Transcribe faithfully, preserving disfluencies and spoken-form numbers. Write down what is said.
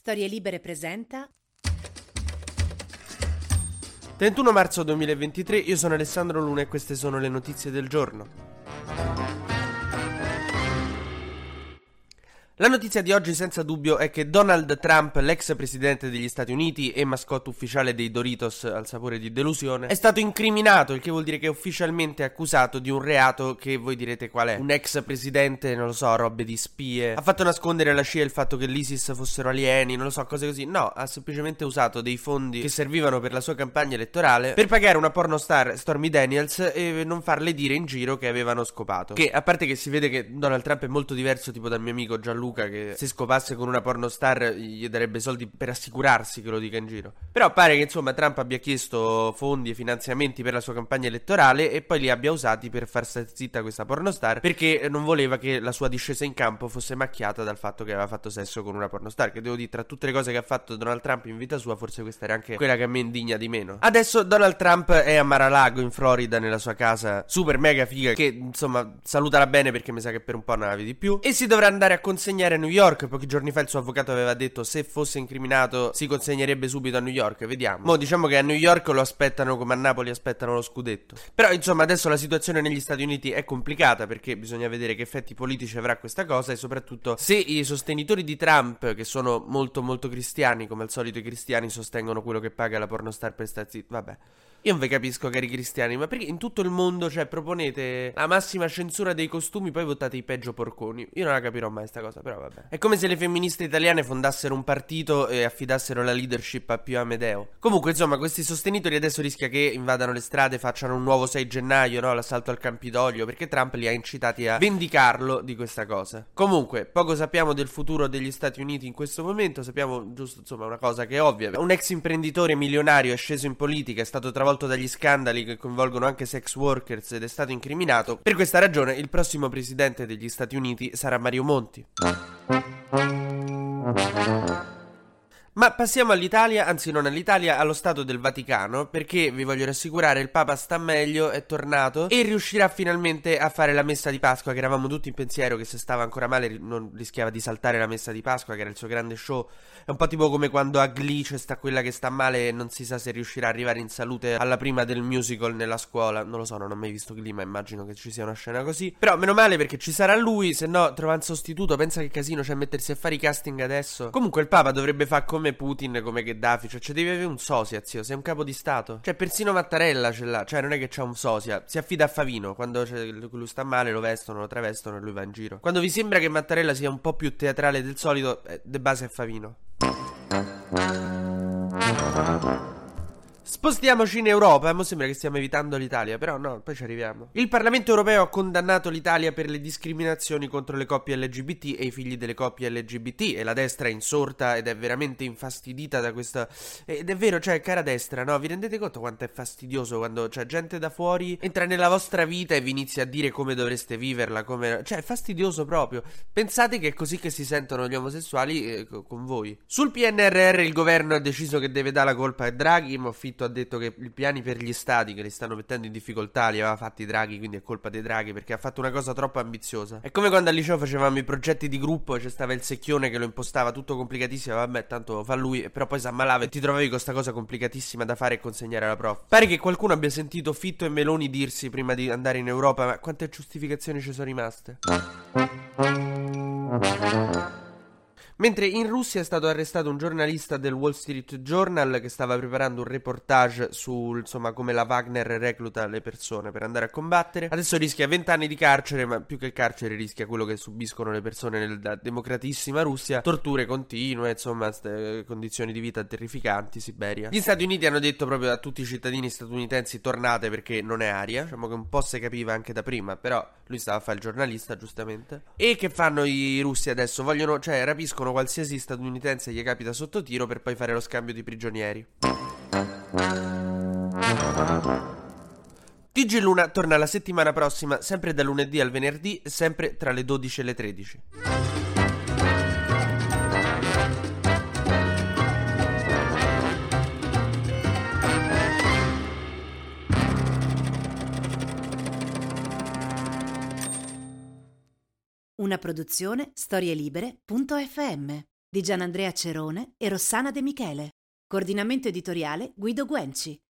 Storie Libere presenta trentuno marzo duemilaventitré, io sono Alessandro Luna e queste sono le notizie del giorno. La notizia di oggi senza dubbio è che Donald Trump, l'ex presidente degli Stati Uniti e mascotte ufficiale dei Doritos al sapore di delusione, è stato incriminato, il che vuol dire che è ufficialmente accusato di un reato che voi direte qual è. Un ex presidente, non lo so, robe di spie, ha fatto nascondere alla C I A il fatto che l'ISIS fossero alieni, non lo so, cose così. No, ha semplicemente usato dei fondi che servivano per la sua campagna elettorale per pagare una pornostar, Stormy Daniels, e non farle dire in giro che avevano scopato. Che, a parte che si vede che Donald Trump è molto diverso tipo dal mio amico Gianluca, che se scopasse con una pornostar gli darebbe soldi per assicurarsi che lo dica in giro. Però pare che insomma Trump abbia chiesto fondi e finanziamenti per la sua campagna elettorale e poi li abbia usati per far stare zitta questa pornostar, perché non voleva che la sua discesa in campo fosse macchiata dal fatto che aveva fatto sesso con una pornostar. Che devo dire, tra tutte le cose che ha fatto Donald Trump in vita sua, forse questa era anche quella che a me indigna di meno. Adesso Donald Trump è a Mar-a-Lago in Florida, nella sua casa super mega figa, che insomma salutala bene perché mi sa che per un po' non la vedi più, e si dovrà andare a consegnare a New York. Pochi giorni fa il suo avvocato aveva detto se fosse incriminato si consegnerebbe subito a New York. Vediamo. Mo diciamo che a New York lo aspettano come a Napoli aspettano lo scudetto. Però insomma adesso la situazione negli Stati Uniti è complicata, perché bisogna vedere che effetti politici avrà questa cosa e soprattutto se i sostenitori di Trump, che sono molto molto cristiani, come al solito i cristiani sostengono quello che paga la pornostar per star zitti. Vabbè, io non vi capisco, cari cristiani, ma perché in tutto il mondo, cioè, proponete la massima censura dei costumi, poi votate i peggio porconi? Io non la capirò mai sta cosa, però vabbè. È come se le femministe italiane fondassero un partito e affidassero la leadership a Pio Amedeo. Comunque, insomma, questi sostenitori adesso rischia che invadano le strade, facciano un nuovo sei gennaio, no? L'assalto al Campidoglio, perché Trump li ha incitati a vendicarlo di questa cosa. Comunque, poco sappiamo del futuro degli Stati Uniti in questo momento, sappiamo giusto, insomma, una cosa che è ovvia. Un ex imprenditore milionario è sceso in politica, è stato travolto dagli scandali che coinvolgono anche sex workers ed è stato incriminato. Per questa ragione il prossimo presidente degli Stati Uniti sarà Mario Monti. Ma passiamo all'Italia, anzi non all'Italia, allo Stato del Vaticano, perché vi voglio rassicurare, il Papa sta meglio, è tornato e riuscirà finalmente a fare la messa di Pasqua, che eravamo tutti in pensiero che se stava ancora male non rischiava di saltare la messa di Pasqua, che era il suo grande show. È un po' tipo come quando a Glee c'è sta quella che sta male e non si sa se riuscirà ad arrivare in salute alla prima del musical nella scuola. Non lo so, non ho mai visto Glee, ma immagino che ci sia una scena così. Però meno male, perché ci sarà lui, se no trova un sostituto, pensa che casino c'è mettersi a fare i casting adesso. Comunque il Papa dovrebbe fare come Putin, come Gheddafi, cioè, cioè devi avere un sosia, zio, sei un capo di stato. Cioè persino Mattarella ce l'ha, cioè non è che c'ha un sosia, si affida a Favino, quando lui sta male lo vestono, lo travestono e lui va in giro. Quando vi sembra che Mattarella sia un po' più teatrale del solito, eh, de base è Favino. Spostiamoci in Europa, mo sembra che stiamo evitando l'Italia, però no, poi ci arriviamo. Il Parlamento europeo ha condannato l'Italia per le discriminazioni contro le coppie L G B T e i figli delle coppie L G B T, e la destra è insorta ed è veramente infastidita da questa... Ed è vero, cioè, cara destra, no? Vi rendete conto quanto è fastidioso quando c'è gente da fuori entra nella vostra vita e vi inizia a dire come dovreste viverla, come... Cioè, è fastidioso proprio. Pensate che è così che si sentono gli omosessuali eh, con voi. Sul P N R R il governo ha deciso che deve dare la colpa a Draghi. Moffitto ha detto che i piani per gli stati che li stanno mettendo in difficoltà li aveva fatti Draghi, quindi è colpa dei Draghi perché ha fatto una cosa troppo ambiziosa. È come quando al liceo facevamo i progetti di gruppo e c'è stava il secchione che lo impostava tutto complicatissimo, vabbè tanto fa lui, però poi si ammalava e ti trovavi con sta cosa complicatissima da fare e consegnare alla prof. Pare che qualcuno abbia sentito Fitto e Meloni dirsi prima di andare in Europa: ma quante giustificazioni ci sono rimaste? Mentre in Russia è stato arrestato un giornalista del Wall Street Journal che stava preparando un reportage su, insomma, come la Wagner recluta le persone per andare a combattere. Adesso rischia venti anni di carcere, ma più che il carcere rischia quello che subiscono le persone nella democratissima Russia: torture continue, insomma, st- condizioni di vita terrificanti, Siberia. Gli Stati Uniti hanno detto proprio a tutti i cittadini statunitensi: tornate perché non è aria. Diciamo che un po' si capiva anche da prima, però lui stava a fare il giornalista, giustamente. E che fanno i russi adesso? Vogliono, cioè, rapiscono qualsiasi statunitense gli capita sotto tiro per poi fare lo scambio di prigionieri. T G Luna torna la settimana prossima, sempre da lunedì al venerdì, sempre tra le dodici e le tredici. Una produzione storielibere punto effe emme di Gianandrea Cerone e Rossana De Michele. Coordinamento editoriale Guido Guenci.